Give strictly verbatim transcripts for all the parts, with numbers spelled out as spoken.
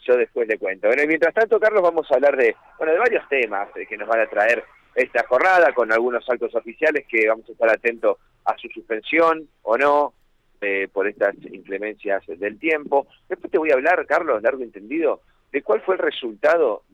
yo después le cuento. Bueno, y mientras tanto, Carlos, vamos a hablar de, bueno, de varios temas eh, que nos van a traer esta jornada, con algunos actos oficiales que vamos a estar atentos a su suspensión o no, eh, por estas inclemencias del tiempo. Después te voy a hablar, Carlos, largo entendido, de cuál fue el resultado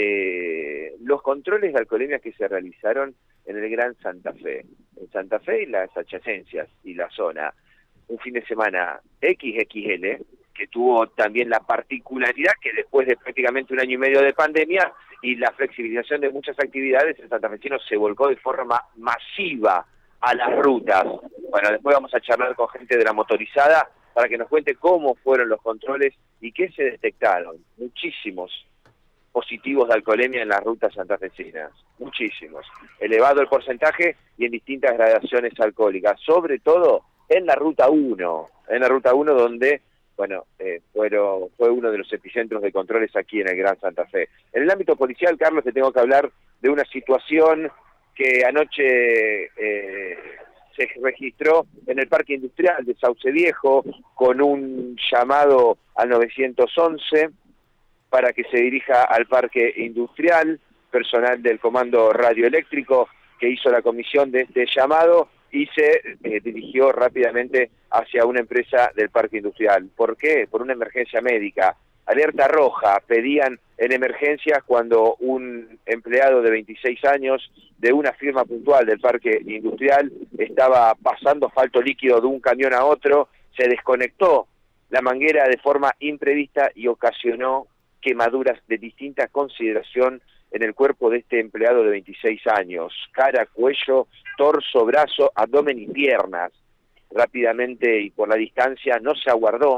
de los controles de alcoholemia que se realizaron en el Gran Santa Fe. En Santa Fe y las adyacencias y la zona. Un fin de semana equis equis ele, que tuvo también la particularidad que después de prácticamente un año y medio de pandemia y la flexibilización de muchas actividades, el santafesino se volcó de forma masiva a las rutas. Bueno, después vamos a charlar con gente de la motorizada para que nos cuente cómo fueron los controles y qué se detectaron. Muchísimos positivos de alcoholemia en las rutas santafesinas, muchísimos. Elevado el porcentaje y en distintas gradaciones alcohólicas, sobre todo en la ruta uno, en la ruta uno donde, bueno, eh, fueron, fue uno de los epicentros de controles aquí en el Gran Santa Fe. En el ámbito policial, Carlos, te tengo que hablar de una situación que anoche eh, se registró en el Parque Industrial de Sauce Viejo con un llamado al nueve once para que se dirija al Parque Industrial, personal del Comando Radioeléctrico que hizo la comisión de este llamado y se eh, dirigió rápidamente hacia una empresa del Parque Industrial. ¿Por qué? Por una emergencia médica. Alerta roja, pedían en emergencias cuando un empleado de veintiséis años de una firma puntual del Parque Industrial estaba pasando asfalto líquido de un camión a otro, se desconectó la manguera de forma imprevista y ocasionó quemaduras de distinta consideración en el cuerpo de este empleado de veintiséis años, cara, cuello, torso, brazo, abdomen y piernas. Rápidamente y por la distancia no se aguardó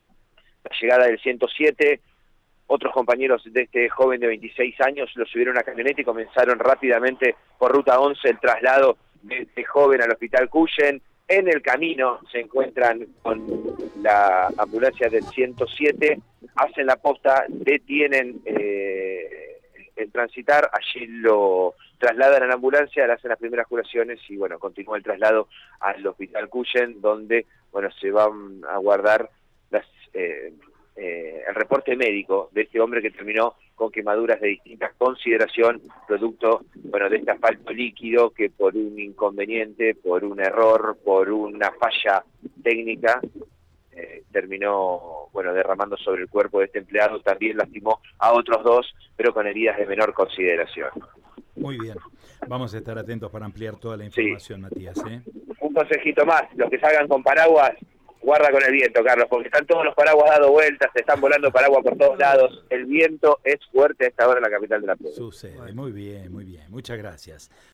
la llegada del ciento siete, otros compañeros de este joven de veintiséis años lo subieron a una camioneta y comenzaron rápidamente por ruta once el traslado de este joven al hospital Cuyen. En el camino se encuentran con la ambulancia del ciento siete, hacen la posta, detienen eh, el transitar, allí lo trasladan a la ambulancia, le hacen las primeras curaciones y bueno, continúa el traslado al hospital Cuyen, donde bueno, se van a guardar las, eh, eh, el reporte médico de este hombre que terminó con quemaduras de distinta consideración, producto bueno, de este asfalto líquido que por un inconveniente, por un error, por una falla técnica, eh, terminó bueno, derramando sobre el cuerpo de este empleado. También lastimó a otros dos, pero con heridas de menor consideración. Muy bien, vamos a estar atentos para ampliar toda la información, sí. Matías. ¿eh? Un consejito más, los que salgan con paraguas, guarda con el viento, Carlos, porque están todos los paraguas dando vueltas, se están volando paraguas por todos lados. El viento es fuerte a esta hora en la capital de la provincia. Sucede, muy bien, muy bien. Muchas gracias.